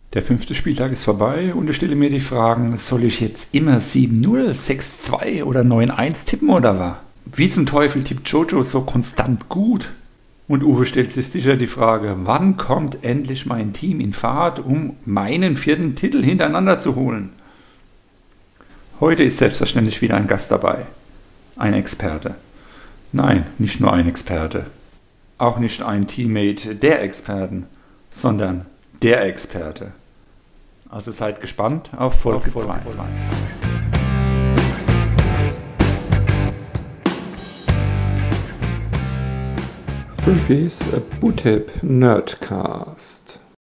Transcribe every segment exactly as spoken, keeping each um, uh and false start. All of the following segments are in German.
Der fünfte Spieltag ist vorbei und ich stelle mir die Fragen, soll ich jetzt immer sieben null, sechs zwei oder neun eins tippen oder was? Wie zum Teufel tippt Jojo so konstant gut? Und Uwe stellt sich sicher die Frage, wann kommt endlich mein Team in Fahrt, um meinen vierten Titel hintereinander zu holen? Heute ist selbstverständlich wieder ein Gast dabei. Ein Experte. Nein, nicht nur ein Experte. Auch nicht ein Teammate der Experten, sondern der Experte. Also seid gespannt auf Folge zweiundzwanzig. Sprinkys Bootip Nerdcast.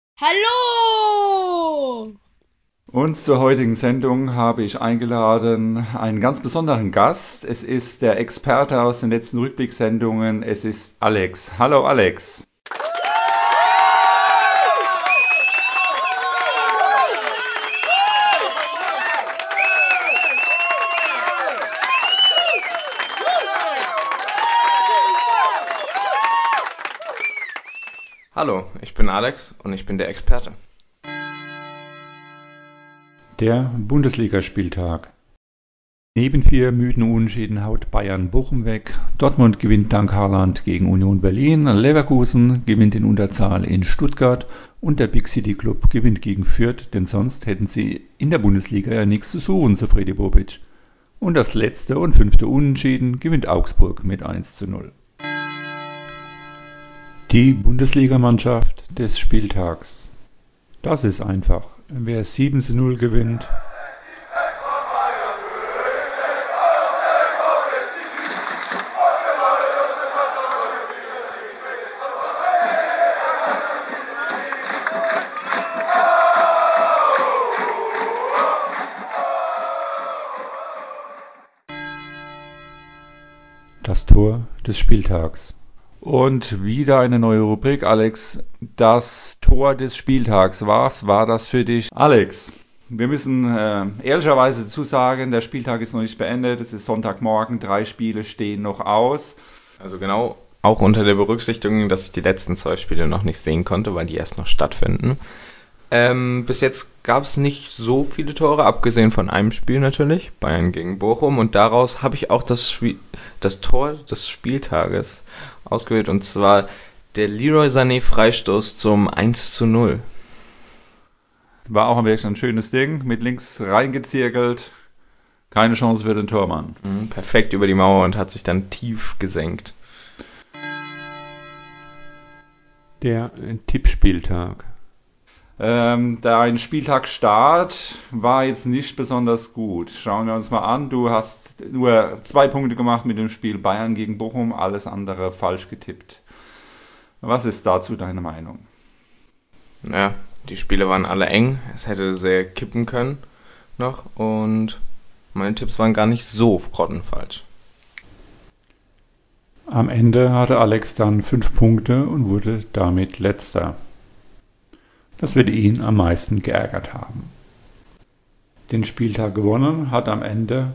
Hallo! Und zur heutigen Sendung habe ich eingeladen einen ganz besonderen Gast. Es ist der Experte aus den letzten Rückblicksendungen. Es ist Alex. Hallo Alex. Hallo, ich bin Alex und ich bin der Experte. Der Bundesligaspieltag. Neben vier müden Unentschieden haut Bayern Bochum weg. Dortmund gewinnt dank Haaland gegen Union Berlin. Leverkusen gewinnt in Unterzahl in Stuttgart. Und der Big City Club gewinnt gegen Fürth, denn sonst hätten sie in der Bundesliga ja nichts zu suchen, so Fredi Bobic. Und das letzte und fünfte Unentschieden gewinnt Augsburg mit eins zu null. Die Bundesligamannschaft des Spieltags. Das ist einfach. Wer sieben zu null gewinnt, das Tor des Spieltags. Und wieder eine neue Rubrik, Alex. Das Tor des Spieltags. Was war das für dich? Alex, wir müssen äh, ehrlicherweise zusagen, der Spieltag ist noch nicht beendet. Es ist Sonntagmorgen, drei Spiele stehen noch aus. Also genau, auch unter der Berücksichtigung, dass ich die letzten zwei Spiele noch nicht sehen konnte, weil die erst noch stattfinden. Ähm, bis jetzt gab es nicht so viele Tore, abgesehen von einem Spiel natürlich, Bayern gegen Bochum. Und daraus habe ich auch das, Spiel, das Tor des Spieltages ausgewählt, und zwar der Leroy Sané Freistoß zum eins zu null. War auch wirklich ein schönes Ding, mit links reingezirkelt, keine Chance für den Tormann. Mhm, perfekt über die Mauer und hat sich dann tief gesenkt. Der Tippspieltag. Ähm, dein Spieltagsstart war jetzt nicht besonders gut. Schauen wir uns mal an. Du hast nur zwei Punkte gemacht mit dem Spiel Bayern gegen Bochum, alles andere falsch getippt. Was ist dazu deine Meinung? Ja, die Spiele waren alle eng. Es hätte sehr kippen können noch. Und meine Tipps waren gar nicht so grottenfalsch. Am Ende hatte Alex dann fünf Punkte und wurde damit Letzter. Das wird ihn am meisten geärgert haben. Den Spieltag gewonnen hat am Ende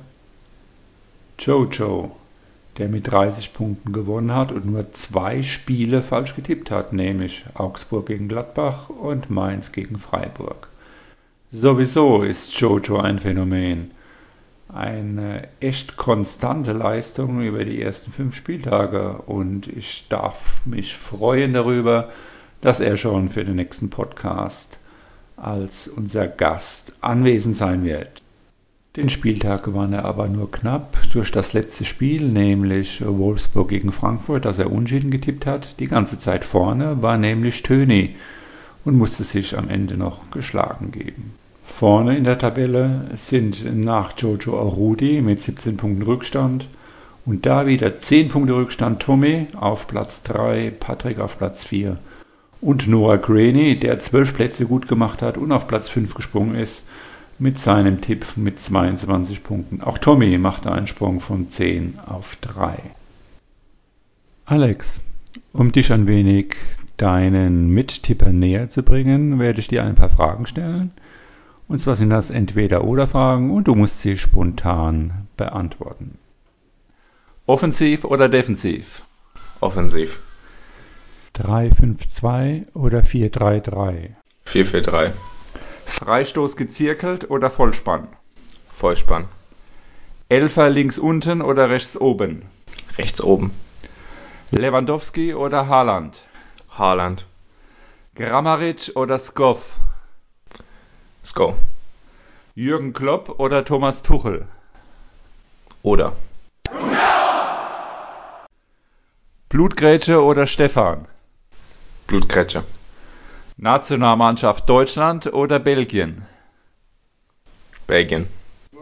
Jojo, der mit dreißig Punkten gewonnen hat und nur zwei Spiele falsch getippt hat, nämlich Augsburg gegen Gladbach und Mainz gegen Freiburg. Sowieso ist Jojo ein Phänomen. Eine echt konstante Leistung über die ersten fünf Spieltage und ich darf mich freuen darüber, dass er schon für den nächsten Podcast als unser Gast anwesend sein wird. Den Spieltag gewann er aber nur knapp durch das letzte Spiel, nämlich Wolfsburg gegen Frankfurt, das er unentschieden getippt hat. Die ganze Zeit vorne war nämlich Töni und musste sich am Ende noch geschlagen geben. Vorne in der Tabelle sind nach Jojo auch Rudi mit siebzehn Punkten Rückstand und da wieder zehn Punkte Rückstand Tommy auf Platz drei, Patrick auf Platz vier und Noah Graney, der zwölf Plätze gut gemacht hat und auf Platz fünf gesprungen ist mit seinem Tipp mit zweiundzwanzig Punkten. Auch Tommy machte einen Sprung von zehn auf drei. Alex, um dich ein wenig deinen Mittipper näher zu bringen, werde ich dir ein paar Fragen stellen. Und zwar sind das Entweder-oder-Fragen und du musst sie spontan beantworten. Offensiv oder defensiv? Offensiv. drei fünf zwei oder vier drei drei? vier vier drei. Freistoß gezirkelt oder Vollspann? Vollspann. Elfer links unten oder rechts oben? Rechts oben. Lewandowski oder Haaland? Haaland. Kramaric oder Skov? Sko. Jürgen Klopp oder Thomas Tuchel? Oder. Blutgrätsche oder Stefan? Blutgrätsche. Nationalmannschaft Deutschland oder Belgien? Belgien.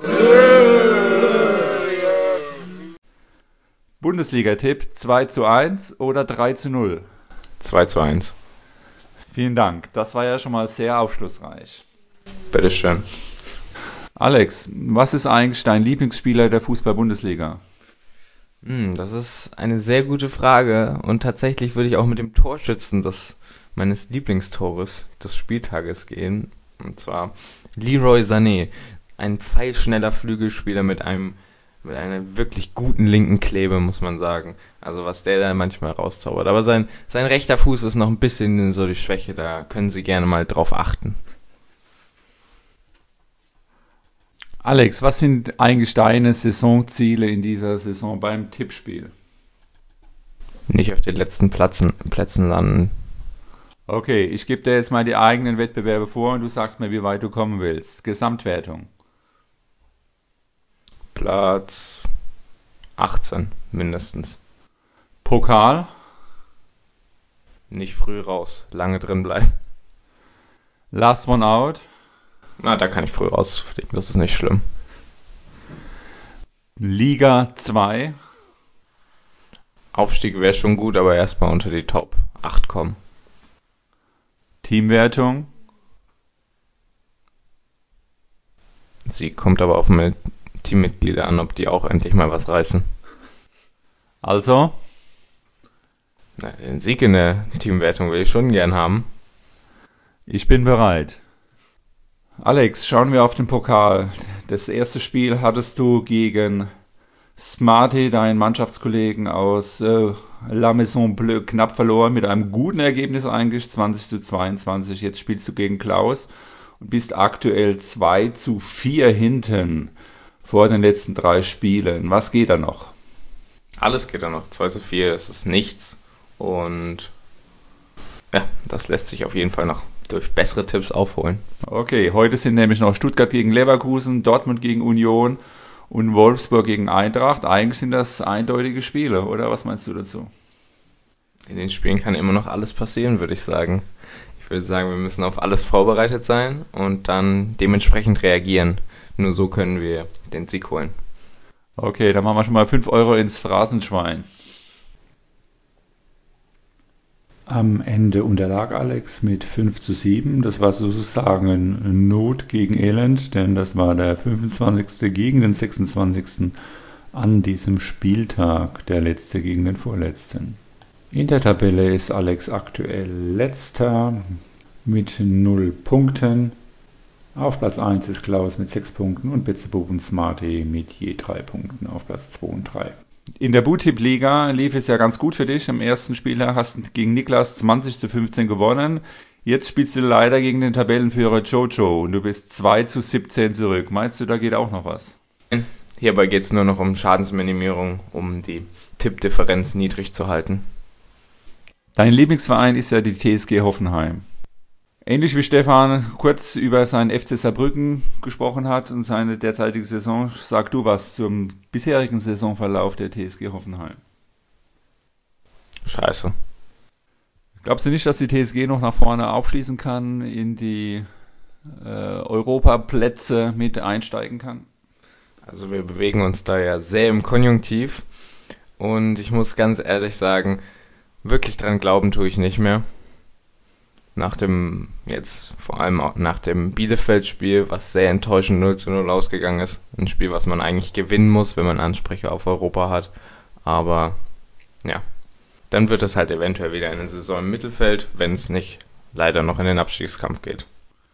Bundesliga-Tipp zwei zu eins oder drei zu null? zwei zu eins. Vielen Dank, das war ja schon mal sehr aufschlussreich. Bitteschön. Alex, was ist eigentlich dein Lieblingsspieler der Fußball-Bundesliga? Hm, das ist eine sehr gute Frage und tatsächlich würde ich auch mit dem Torschützen des meines Lieblingstores des Spieltages gehen, und zwar Leroy Sané, ein pfeilschneller Flügelspieler mit einem mit einer wirklich guten linken Klebe, muss man sagen. Also was der da manchmal rauszaubert. Aber sein sein rechter Fuß ist noch ein bisschen so die Schwäche, da können Sie gerne mal drauf achten. Alex, was sind eigentlich deine Saisonziele in dieser Saison beim Tippspiel? Nicht auf den letzten Plätzen, Plätzen landen. Okay, ich gebe dir jetzt mal die eigenen Wettbewerbe vor und du sagst mir, wie weit du kommen willst. Gesamtwertung. Platz achtzehn mindestens. Pokal. Nicht früh raus, lange drin bleiben. Last one out. Na, da kann ich früh rausfliegen, das ist nicht schlimm. Liga zwei. Aufstieg wäre schon gut, aber erstmal unter die Top acht kommen. Teamwertung. Sie kommt aber auf meine Teammitglieder an, ob die auch endlich mal was reißen. Also, Na, den Sieg in der Teamwertung will ich schon gern haben. ich bin bereit. Alex, schauen wir auf den Pokal. Das erste Spiel hattest du gegen Smarty, deinen Mannschaftskollegen aus äh, La Maison Bleue, knapp verloren mit einem guten Ergebnis eigentlich, zwanzig zu zweiundzwanzig. Jetzt spielst du gegen Klaus und bist aktuell zwei zu vier hinten vor den letzten drei Spielen. Was geht da noch? Alles geht da noch. zwei zu vier, das ist nichts. Und ja, das lässt sich auf jeden Fall noch durch bessere Tipps aufholen. Okay, heute sind nämlich noch Stuttgart gegen Leverkusen, Dortmund gegen Union und Wolfsburg gegen Eintracht. Eigentlich sind das eindeutige Spiele, oder? Was meinst du dazu? In den Spielen kann immer noch alles passieren, würde ich sagen. Ich würde sagen, wir müssen auf alles vorbereitet sein und dann dementsprechend reagieren. Nur so können wir den Sieg holen. Okay, dann machen wir schon mal fünf Euro ins Phrasenschwein. Am Ende unterlag Alex mit fünf zu sieben. Das war sozusagen Not gegen Elend, denn das war der fünfundzwanzigste gegen den sechsundzwanzigsten an diesem Spieltag, der letzte gegen den vorletzten. In der Tabelle ist Alex aktuell letzter mit null Punkten. Auf Platz eins ist Klaus mit sechs Punkten und Betzebub und Smarty mit je drei Punkten auf Platz zwei und drei. In der Bootip-Liga lief es ja ganz gut für dich. Am ersten Spieltag hast du gegen Niklas zwanzig zu fünfzehn gewonnen. Jetzt spielst du leider gegen den Tabellenführer Jojo und du bist zwei zu siebzehn zurück. Meinst du, da geht auch noch was? Hierbei geht es nur noch um Schadensminimierung, um die Tippdifferenz niedrig zu halten. Dein Lieblingsverein ist ja die T S G Hoffenheim. Ähnlich wie Stefan kurz über seinen F C Saarbrücken gesprochen hat und seine derzeitige Saison, sag du was zum bisherigen Saisonverlauf der T S G Hoffenheim. Scheiße. Glaubst du nicht, dass die T S G noch nach vorne aufschließen kann, in die äh, Europaplätze mit einsteigen kann? Also wir bewegen uns da ja sehr im Konjunktiv und ich muss ganz ehrlich sagen, wirklich dran glauben tue ich nicht mehr. Nach dem, jetzt vor allem auch nach dem Bielefeld-Spiel, was sehr enttäuschend null zu null ausgegangen ist. Ein Spiel, was man eigentlich gewinnen muss, wenn man Ansprüche auf Europa hat. Aber ja, dann wird es halt eventuell wieder eine Saison im Mittelfeld, wenn es nicht leider noch in den Abstiegskampf geht.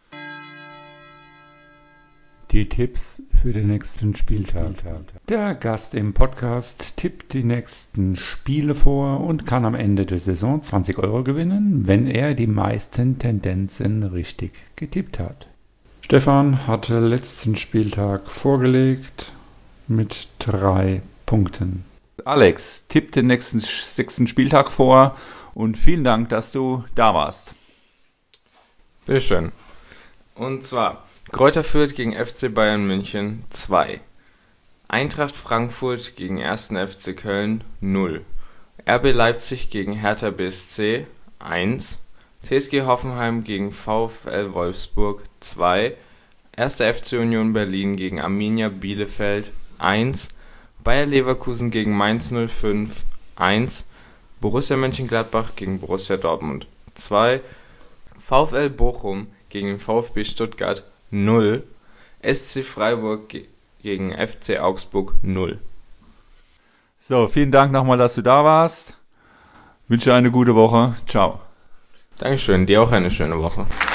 Die Tipps für den nächsten Spieltag. Der Gast im Podcast tippt die nächsten Spiele vor und kann am Ende der Saison zwanzig Euro gewinnen, wenn er die meisten Tendenzen richtig getippt hat. Stefan hatte letzten Spieltag vorgelegt mit drei Punkten. Alex, tipp den nächsten sechsten Spieltag vor und vielen Dank, dass du da warst. Bitteschön. Und zwar Greuther Fürth gegen F C Bayern München zwei. Eintracht Frankfurt gegen ersten F C Köln null. R B Leipzig gegen Hertha B S C eins. T S G Hoffenheim gegen VfL Wolfsburg zwei. erster F C Union Berlin gegen Arminia Bielefeld eins. Bayer Leverkusen gegen Mainz null fünf eins. Borussia Mönchengladbach gegen Borussia Dortmund zwei. VfL Bochum gegen VfB Stuttgart null. S C Freiburg ge- gegen F C Augsburg null. So, vielen Dank nochmal, dass du da warst. Wünsche eine gute Woche. Ciao. Dankeschön, dir auch eine schöne Woche.